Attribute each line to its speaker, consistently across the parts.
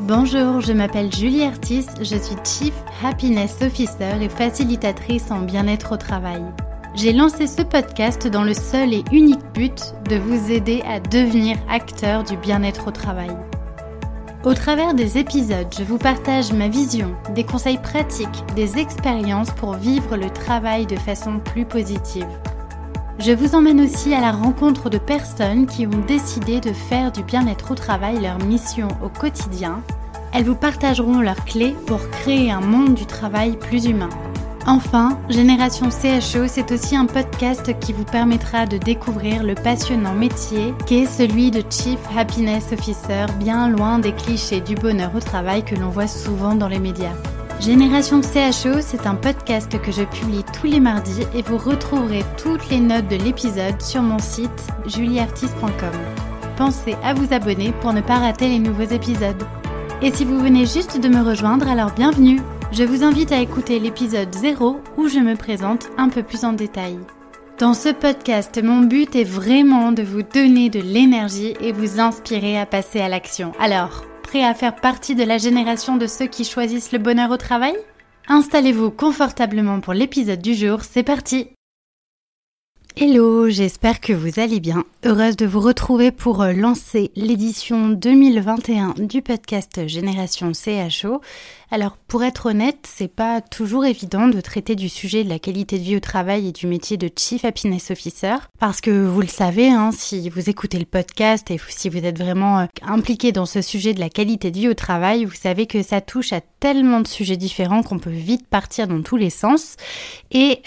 Speaker 1: Bonjour, je m'appelle Julie Artis, je suis Chief Happiness Officer et facilitatrice en bien-être au travail. J'ai lancé ce podcast dans le seul et unique but de vous aider à devenir acteur du bien-être au travail. Au travers des épisodes, je vous partage ma vision, des conseils pratiques, des expériences pour vivre le travail de façon plus positive. Je vous emmène aussi à la rencontre de personnes qui ont décidé de faire du bien-être au travail leur mission au quotidien. Elles vous partageront leurs clés pour créer un monde du travail plus humain. Enfin, Génération CHO, c'est aussi un podcast qui vous permettra de découvrir le passionnant métier qu'est celui de Chief Happiness Officer, bien loin des clichés du bonheur au travail que l'on voit souvent dans les médias. Génération CHO, c'est un podcast que je publie tous les mardis et vous retrouverez toutes les notes de l'épisode sur mon site julieartis.com. Pensez à vous abonner pour ne pas rater les nouveaux épisodes. Et si vous venez juste de me rejoindre, alors bienvenue! Je vous invite à écouter l'épisode 0 où je me présente un peu plus en détail. Dans ce podcast, mon but est vraiment de vous donner de l'énergie et vous inspirer à passer à l'action. Alors, prêt à faire partie de la génération de ceux qui choisissent le bonheur au travail ? Installez-vous confortablement pour l'épisode du jour, c'est parti ! Hello, j'espère que vous allez bien. Heureuse de vous retrouver pour lancer l'édition 2021 du podcast Génération CHO. Alors, pour être honnête, c'est pas toujours évident de traiter du sujet de la qualité de vie au travail et du métier de Chief Happiness Officer. Parce que vous le savez, si vous écoutez le podcast et si vous êtes vraiment impliqué dans ce sujet de la qualité de vie au travail, vous savez que ça touche à tellement de sujets différents qu'on peut vite partir dans tous les sens. Et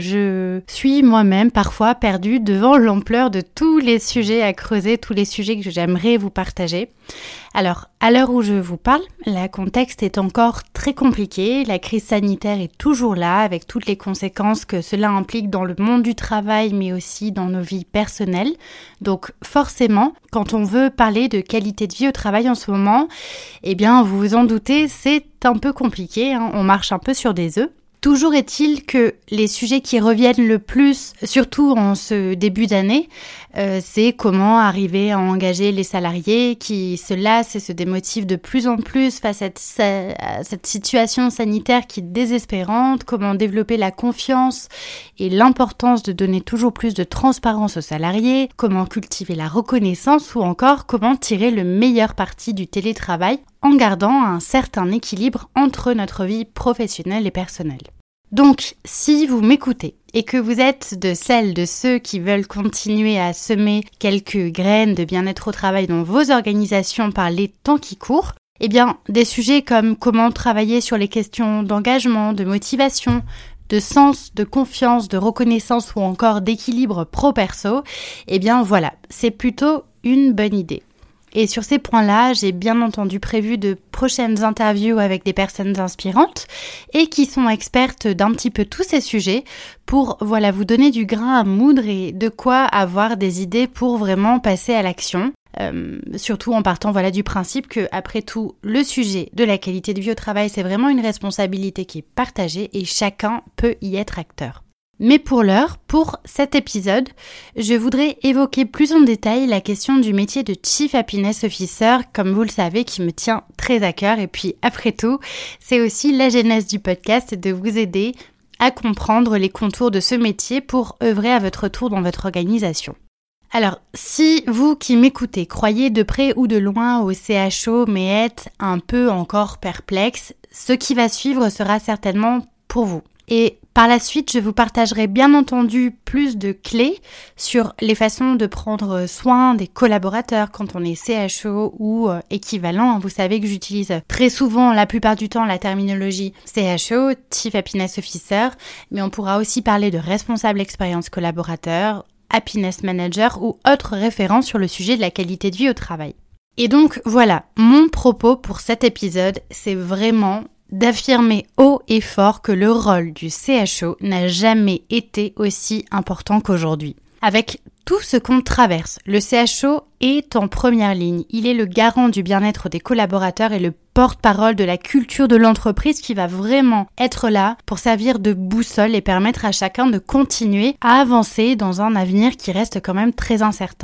Speaker 1: je suis moi-même parfois perdue devant l'ampleur de tous les sujets à creuser, tous les sujets que j'aimerais vous partager. Alors, à l'heure où je vous parle, le contexte est encore très compliqué. La crise sanitaire est toujours là, avec toutes les conséquences que cela implique dans le monde du travail, mais aussi dans nos vies personnelles. Donc, forcément, quand on veut parler de qualité de vie au travail en ce moment, eh bien, vous vous en doutez, c'est un peu compliqué, on marche un peu sur des œufs. Toujours est-il que les sujets qui reviennent le plus, surtout en ce début d'année, c'est comment arriver à engager les salariés qui se lassent et se démotivent de plus en plus face à cette situation sanitaire qui est désespérante, comment développer la confiance et l'importance de donner toujours plus de transparence aux salariés, comment cultiver la reconnaissance ou encore comment tirer le meilleur parti du télétravail en gardant un certain équilibre entre notre vie professionnelle et personnelle. Donc, si vous m'écoutez et que vous êtes de ceux qui veulent continuer à semer quelques graines de bien-être au travail dans vos organisations par les temps qui courent, eh bien, des sujets comme comment travailler sur les questions d'engagement, de motivation, de sens, de confiance, de reconnaissance ou encore d'équilibre pro-perso, eh bien voilà, c'est plutôt une bonne idée. Et sur ces points-là, j'ai bien entendu prévu de prochaines interviews avec des personnes inspirantes et qui sont expertes d'un petit peu tous ces sujets pour vous donner du grain à moudre et de quoi avoir des idées pour vraiment passer à l'action. Surtout en partant du principe que, après tout, le sujet de la qualité de vie au travail, c'est vraiment une responsabilité qui est partagée et chacun peut y être acteur. Mais pour l'heure, pour cet épisode, je voudrais évoquer plus en détail la question du métier de Chief Happiness Officer, comme vous le savez, qui me tient très à cœur. Et puis, après tout, c'est aussi la genèse du podcast de vous aider à comprendre les contours de ce métier pour œuvrer à votre tour dans votre organisation. Alors, si vous qui m'écoutez croyez de près ou de loin au CHO, mais êtes un peu encore perplexe, ce qui va suivre sera certainement pour vous. Et par la suite, je vous partagerai bien entendu plus de clés sur les façons de prendre soin des collaborateurs quand on est CHO ou équivalent. Vous savez que j'utilise très souvent, la plupart du temps, la terminologie CHO, Chief Happiness Officer, mais on pourra aussi parler de responsable expérience collaborateur, Happiness Manager ou autres références sur le sujet de la qualité de vie au travail. Et donc voilà, mon propos pour cet épisode, c'est vraiment d'affirmer haut et fort que le rôle du CHO n'a jamais été aussi important qu'aujourd'hui. Avec tout ce qu'on traverse, le CHO est en première ligne. Il est le garant du bien-être des collaborateurs et le porte-parole de la culture de l'entreprise qui va vraiment être là pour servir de boussole et permettre à chacun de continuer à avancer dans un avenir qui reste quand même très incertain.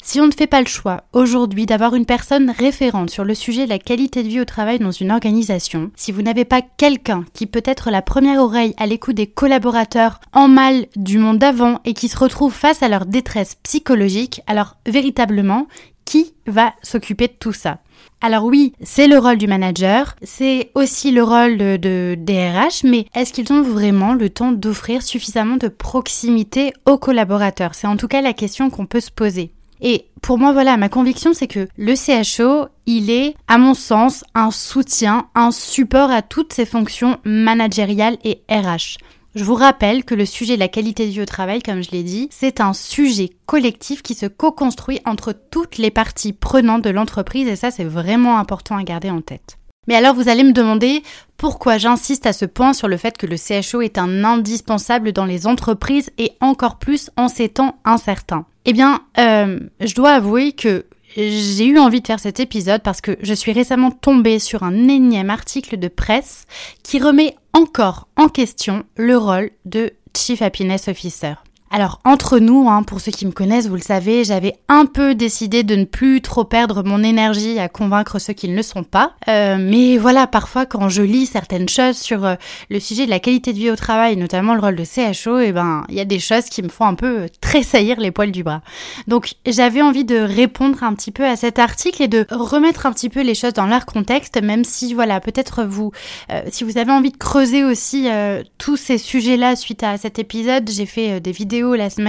Speaker 1: Si on ne fait pas le choix aujourd'hui d'avoir une personne référente sur le sujet de la qualité de vie au travail dans une organisation, si vous n'avez pas quelqu'un qui peut être la première oreille à l'écoute des collaborateurs en mal du monde d'avant et qui se retrouve face à leur détresse psychologique, alors véritablement, qui va s'occuper de tout ça ? Alors oui, c'est le rôle du manager, c'est aussi le rôle des RH, mais est-ce qu'ils ont vraiment le temps d'offrir suffisamment de proximité aux collaborateurs ? C'est en tout cas la question qu'on peut se poser. Et pour moi, voilà, ma conviction, c'est que le CHO, il est, à mon sens, un soutien, un support à toutes ces fonctions managériales et RH. Je vous rappelle que le sujet de la qualité de vie au travail, comme je l'ai dit, c'est un sujet collectif qui se co-construit entre toutes les parties prenantes de l'entreprise et ça, c'est vraiment important à garder en tête. Mais alors, vous allez me demander pourquoi j'insiste à ce point sur le fait que le CHO est un indispensable dans les entreprises et encore plus en ces temps incertains. Eh bien, je dois avouer que j'ai eu envie de faire cet épisode parce que je suis récemment tombée sur un énième article de presse qui remet encore en question le rôle de Chief Happiness Officer. Alors, entre nous, pour ceux qui me connaissent, vous le savez, j'avais un peu décidé de ne plus trop perdre mon énergie à convaincre ceux qui ne le sont pas. Mais voilà, parfois, quand je lis certaines choses sur le sujet de la qualité de vie au travail, notamment le rôle de CHO, il y a des choses qui me font un peu tressaillir les poils du bras. Donc, j'avais envie de répondre un petit peu à cet article et de remettre un petit peu les choses dans leur contexte, même si, voilà, peut-être si vous avez envie de creuser aussi tous ces sujets-là suite à cet épisode, j'ai fait des vidéos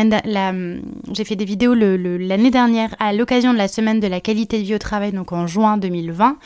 Speaker 1: j'ai fait des vidéos l'année dernière à l'occasion de la semaine de la qualité de vie au travail, donc en juin 2020,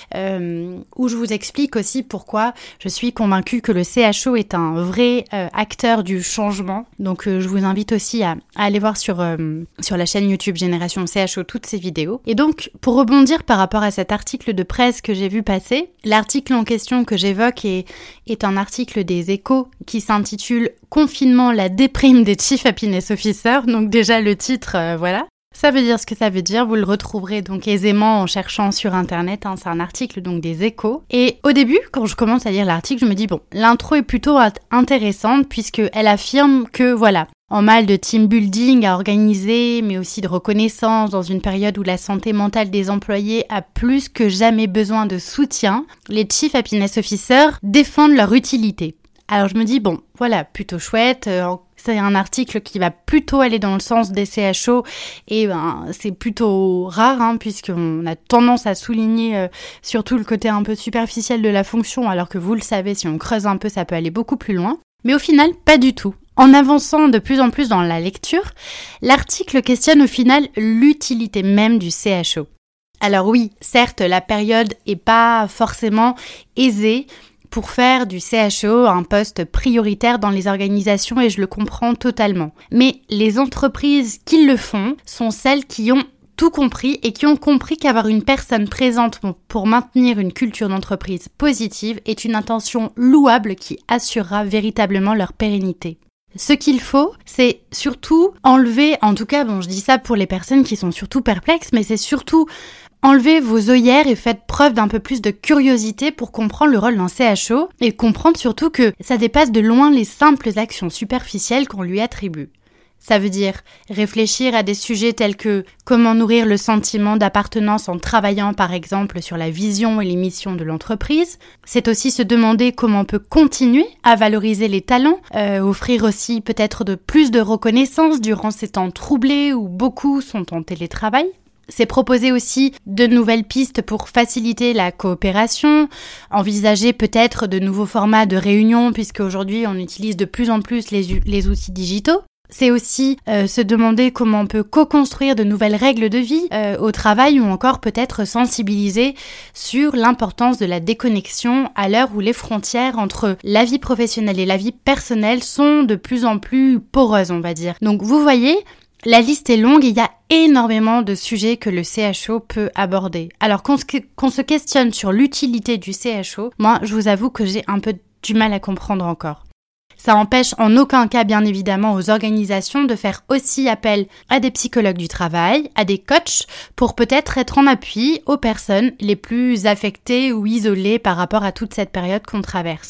Speaker 1: où je vous explique aussi pourquoi je suis convaincue que le CHO est un vrai acteur du changement. Donc je vous invite aussi à aller voir sur la chaîne YouTube Génération CHO toutes ces vidéos. Et donc pour rebondir par rapport à cet article de presse que j'ai vu passer, l'article en question que j'évoque est un article des Échos qui s'intitule « Confinement, la déprime des Chief Happiness Officer ». Donc déjà le titre, voilà. Ça veut dire ce que ça veut dire, vous le retrouverez donc aisément en cherchant sur internet, c'est un article donc des Échos. Et au début, quand je commence à lire l'article, je me dis l'intro est plutôt intéressante puisqu'elle affirme que voilà, en mal de team building à organiser, mais aussi de reconnaissance dans une période où la santé mentale des employés a plus que jamais besoin de soutien, les Chief Happiness Officers défendent leur utilité. Alors je me dis voilà, plutôt chouette, c'est un article qui va plutôt aller dans le sens des CHO et c'est plutôt rare puisqu'on a tendance à souligner surtout le côté un peu superficiel de la fonction alors que vous le savez, si on creuse un peu, ça peut aller beaucoup plus loin. Mais au final, pas du tout. En avançant de plus en plus dans la lecture, l'article questionne au final l'utilité même du CHO. Alors oui, certes, la période est pas forcément aisée pour faire du CHO un poste prioritaire dans les organisations et je le comprends totalement. Mais les entreprises qui le font sont celles qui ont tout compris et qui ont compris qu'avoir une personne présente pour maintenir une culture d'entreprise positive est une intention louable qui assurera véritablement leur pérennité. Ce qu'il faut, c'est surtout enlever, en tout cas, je dis ça pour les personnes qui sont surtout perplexes, mais c'est surtout enlevez vos œillères et faites preuve d'un peu plus de curiosité pour comprendre le rôle d'un CHO et comprendre surtout que ça dépasse de loin les simples actions superficielles qu'on lui attribue. Ça veut dire réfléchir à des sujets tels que comment nourrir le sentiment d'appartenance en travaillant par exemple sur la vision et les missions de l'entreprise. C'est aussi se demander comment on peut continuer à valoriser les talents, offrir aussi peut-être plus de reconnaissance durant ces temps troublés où beaucoup sont en télétravail. C'est proposer aussi de nouvelles pistes pour faciliter la coopération, envisager peut-être de nouveaux formats de réunions puisque aujourd'hui on utilise de plus en plus les outils digitaux. C'est aussi se demander comment on peut co-construire de nouvelles règles de vie au travail ou encore peut-être sensibiliser sur l'importance de la déconnexion à l'heure où les frontières entre la vie professionnelle et la vie personnelle sont de plus en plus poreuses, on va dire. Donc vous voyez, la liste est longue et il y a énormément de sujets que le CHO peut aborder. Alors qu'on se questionne sur l'utilité du CHO, moi je vous avoue que j'ai un peu du mal à comprendre encore. Ça empêche en aucun cas bien évidemment aux organisations de faire aussi appel à des psychologues du travail, à des coachs pour peut-être être en appui aux personnes les plus affectées ou isolées par rapport à toute cette période qu'on traverse.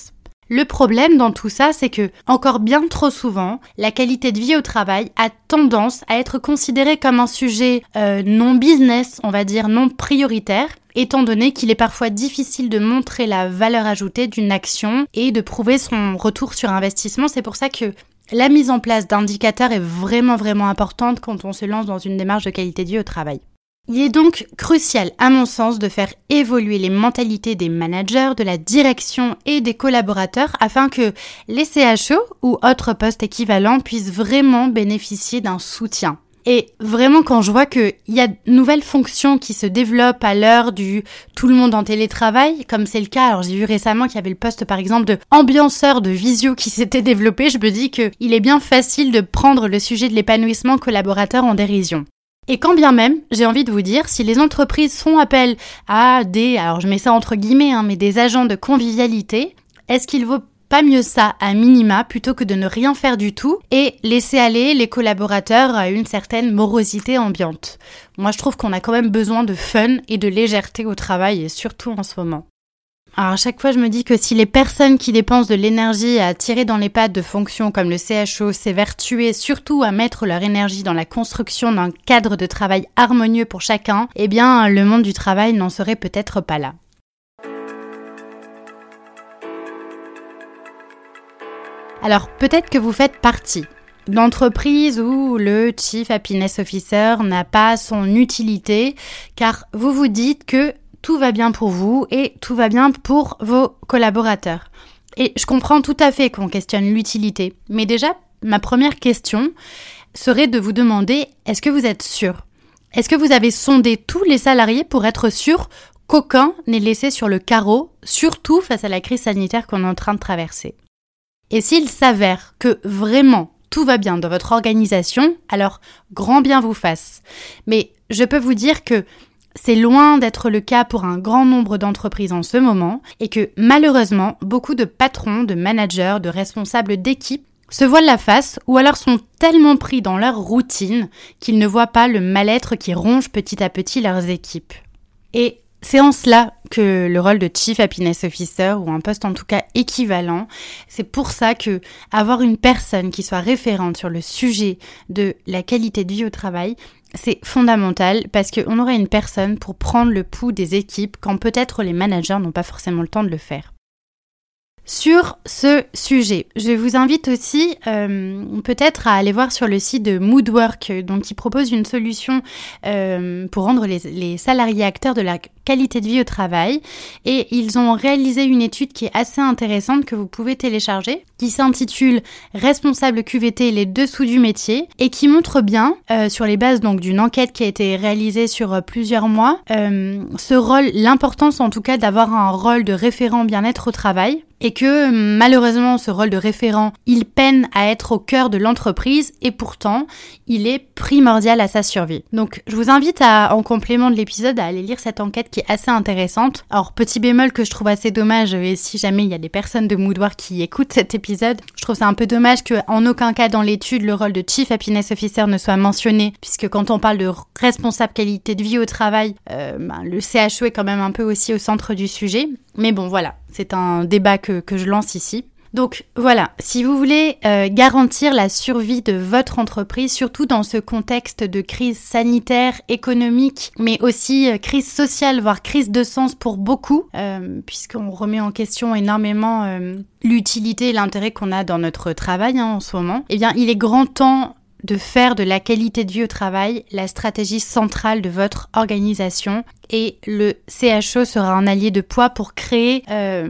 Speaker 1: Le problème dans tout ça, c'est que, encore bien trop souvent, la qualité de vie au travail a tendance à être considérée comme un sujet non business, on va dire non prioritaire, étant donné qu'il est parfois difficile de montrer la valeur ajoutée d'une action et de prouver son retour sur investissement. C'est pour ça que la mise en place d'indicateurs est vraiment importante quand on se lance dans une démarche de qualité de vie au travail. Il est donc crucial, à mon sens, de faire évoluer les mentalités des managers, de la direction et des collaborateurs afin que les CHO ou autres postes équivalents puissent vraiment bénéficier d'un soutien. Et vraiment, quand je vois qu'il y a de nouvelles fonctions qui se développent à l'heure du tout le monde en télétravail, comme c'est le cas, alors j'ai vu récemment qu'il y avait le poste par exemple de ambianceur de visio qui s'était développé, je me dis qu'il est bien facile de prendre le sujet de l'épanouissement collaborateur en dérision. Et quand bien même, j'ai envie de vous dire, si les entreprises font appel à alors je mets ça entre guillemets, mais des agents de convivialité, est-ce qu'il vaut pas mieux ça à minima plutôt que de ne rien faire du tout et laisser aller les collaborateurs à une certaine morosité ambiante? Moi, je trouve qu'on a quand même besoin de fun et de légèreté au travail et surtout en ce moment. Alors à chaque fois, je me dis que si les personnes qui dépensent de l'énergie à tirer dans les pattes de fonctions comme le CHO s'évertuaient surtout à mettre leur énergie dans la construction d'un cadre de travail harmonieux pour chacun, eh bien le monde du travail n'en serait peut-être pas là. Alors peut-être que vous faites partie d'entreprises où le Chief Happiness Officer n'a pas son utilité car vous vous dites que tout va bien pour vous et tout va bien pour vos collaborateurs. Et je comprends tout à fait qu'on questionne l'utilité. Mais déjà, ma première question serait de vous demander, est-ce que vous êtes sûr ? Est-ce que vous avez sondé tous les salariés pour être sûr qu'aucun n'est laissé sur le carreau, surtout face à la crise sanitaire qu'on est en train de traverser ? Et s'il s'avère que vraiment tout va bien dans votre organisation, alors grand bien vous fasse. Mais je peux vous dire que c'est loin d'être le cas pour un grand nombre d'entreprises en ce moment et que malheureusement, beaucoup de patrons, de managers, de responsables d'équipe se voilent la face ou alors sont tellement pris dans leur routine qu'ils ne voient pas le mal-être qui ronge petit à petit leurs équipes. Et c'est en cela que le rôle de Chief Happiness Officer, ou un poste en tout cas équivalent, c'est pour ça que avoir une personne qui soit référente sur le sujet de la qualité de vie au travail, c'est fondamental parce qu'on aura une personne pour prendre le pouls des équipes quand peut-être les managers n'ont pas forcément le temps de le faire. Sur ce sujet, je vous invite aussi peut-être à aller voir sur le site de Moodwork, donc qui propose une solution pour rendre les salariés acteurs de la qualité de vie au travail. Et ils ont réalisé une étude qui est assez intéressante que vous pouvez télécharger, qui s'intitule « Responsable QVT, les dessous du métier » et qui montre bien, sur les bases donc d'une enquête qui a été réalisée sur plusieurs mois, ce rôle, l'importance en tout cas d'avoir un rôle de référent bien-être au travail. Et que malheureusement ce rôle de référent, il peine à être au cœur de l'entreprise et pourtant il est primordial à sa survie. Donc je vous invite en complément de l'épisode à aller lire cette enquête qui est assez intéressante. Alors petit bémol que je trouve assez dommage, et si jamais il y a des personnes de Moodwork qui écoutent cet épisode, je trouve ça un peu dommage qu'en aucun cas dans l'étude le rôle de Chief Happiness Officer ne soit mentionné, puisque quand on parle de responsable qualité de vie au travail, le CHO est quand même un peu aussi au centre du sujet. Mais bon voilà, c'est un débat que je lance ici. Donc voilà, si vous voulez garantir la survie de votre entreprise, surtout dans ce contexte de crise sanitaire, économique, mais aussi crise sociale, voire crise de sens pour beaucoup, puisqu'on remet en question énormément l'utilité et l'intérêt qu'on a dans notre travail en ce moment, eh bien il est grand temps de faire de la qualité de vie au travail la stratégie centrale de votre organisation et le CHO sera un allié de poids pour créer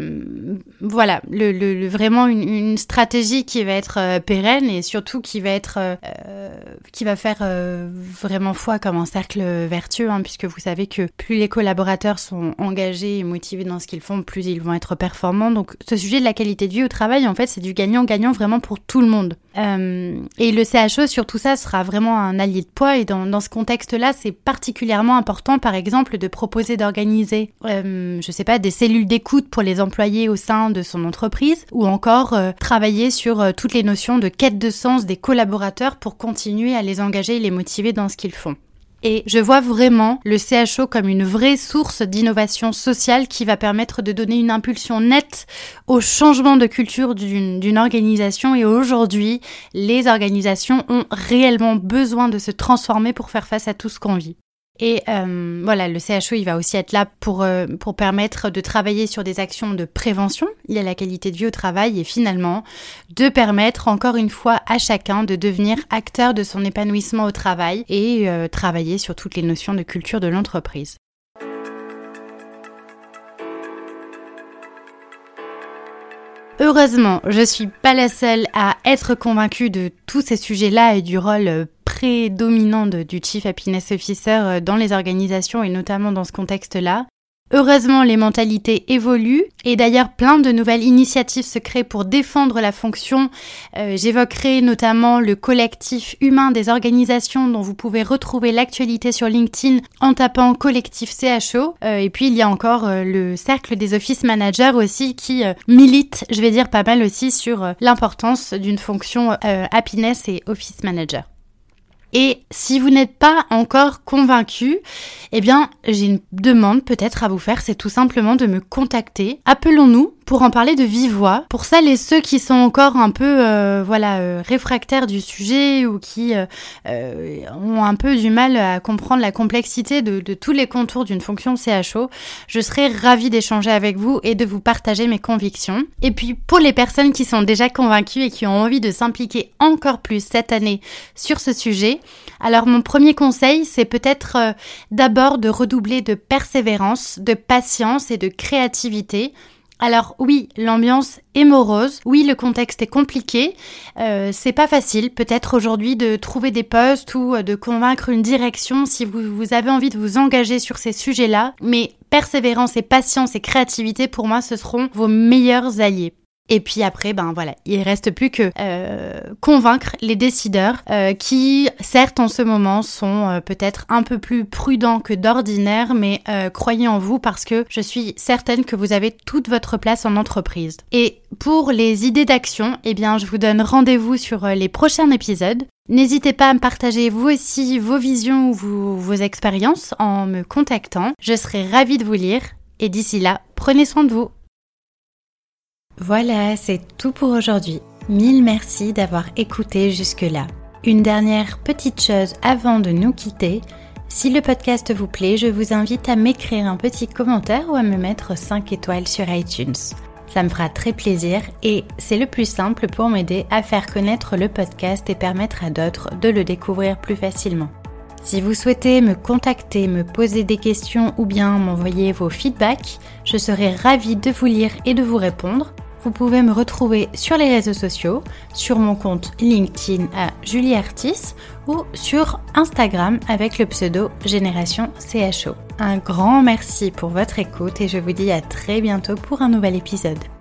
Speaker 1: vraiment une stratégie qui va être pérenne et surtout qui va faire vraiment foi comme un cercle vertueux, puisque vous savez que plus les collaborateurs sont engagés et motivés dans ce qu'ils font, plus ils vont être performants. Donc ce sujet de la qualité de vie au travail, en fait, c'est du gagnant-gagnant vraiment pour tout le monde. Et le CHO sur tout ça sera vraiment un allié de poids et dans ce contexte-là, c'est particulièrement important, par exemple, de proposer d'organiser, des cellules d'écoute pour les employés au sein de son entreprise ou encore travailler sur toutes les notions de quête de sens des collaborateurs pour continuer à les engager et les motiver dans ce qu'ils font. Et je vois vraiment le CHO comme une vraie source d'innovation sociale qui va permettre de donner une impulsion nette au changement de culture d'une organisation. Et aujourd'hui, les organisations ont réellement besoin de se transformer pour faire face à tout ce qu'on vit. Et voilà, le CHO, il va aussi être là pour permettre de travailler sur des actions de prévention liées à la qualité de vie au travail et finalement de permettre encore une fois à chacun de devenir acteur de son épanouissement au travail et travailler sur toutes les notions de culture de l'entreprise. Heureusement, je suis pas la seule à être convaincue de tous ces sujets-là et du rôle prédominant du Chief Happiness Officer dans les organisations et notamment dans ce contexte-là. Heureusement, les mentalités évoluent et d'ailleurs plein de nouvelles initiatives se créent pour défendre la fonction. J'évoquerai notamment le collectif humain des organisations dont vous pouvez retrouver l'actualité sur LinkedIn en tapant collectif CHO. Et puis il y a encore le cercle des office managers aussi qui milite, je vais dire pas mal aussi, sur l'importance d'une fonction happiness et office manager. Et si vous n'êtes pas encore convaincu, eh bien, j'ai une demande peut-être à vous faire, c'est tout simplement de me contacter. Appelons-nous pour en parler de vive voix. Pour celles et ceux qui sont encore un peu réfractaires du sujet ou qui ont un peu du mal à comprendre la complexité de tous les contours d'une fonction CHO, je serais ravie d'échanger avec vous et de vous partager mes convictions. Et puis pour les personnes qui sont déjà convaincues et qui ont envie de s'impliquer encore plus cette année sur ce sujet, alors mon premier conseil, c'est peut-être d'abord de redoubler de persévérance, de patience et de créativité. Alors oui, l'ambiance est morose, oui, le contexte est compliqué, c'est pas facile peut-être aujourd'hui de trouver des postes ou de convaincre une direction si vous avez envie de vous engager sur ces sujets-là, mais persévérance et patience et créativité pour moi ce seront vos meilleurs alliés. Et puis après, il reste plus que convaincre les décideurs qui, certes, en ce moment, sont peut-être un peu plus prudents que d'ordinaire, mais croyez en vous parce que je suis certaine que vous avez toute votre place en entreprise. Et pour les idées d'action, je vous donne rendez-vous sur les prochains épisodes. N'hésitez pas à me partager vous aussi vos visions ou vos expériences en me contactant. Je serai ravie de vous lire et d'ici là, prenez soin de vous. Voilà, c'est tout pour aujourd'hui. Mille merci d'avoir écouté jusque-là. Une dernière petite chose avant de nous quitter. Si le podcast vous plaît, je vous invite à m'écrire un petit commentaire ou à me mettre 5 étoiles sur iTunes. Ça me fera très plaisir et c'est le plus simple pour m'aider à faire connaître le podcast et permettre à d'autres de le découvrir plus facilement. Si vous souhaitez me contacter, me poser des questions ou bien m'envoyer vos feedbacks, je serai ravie de vous lire et de vous répondre. Vous pouvez me retrouver sur les réseaux sociaux, sur mon compte LinkedIn à Julie Artis ou sur Instagram avec le pseudo Génération CHO. Un grand merci pour votre écoute et je vous dis à très bientôt pour un nouvel épisode.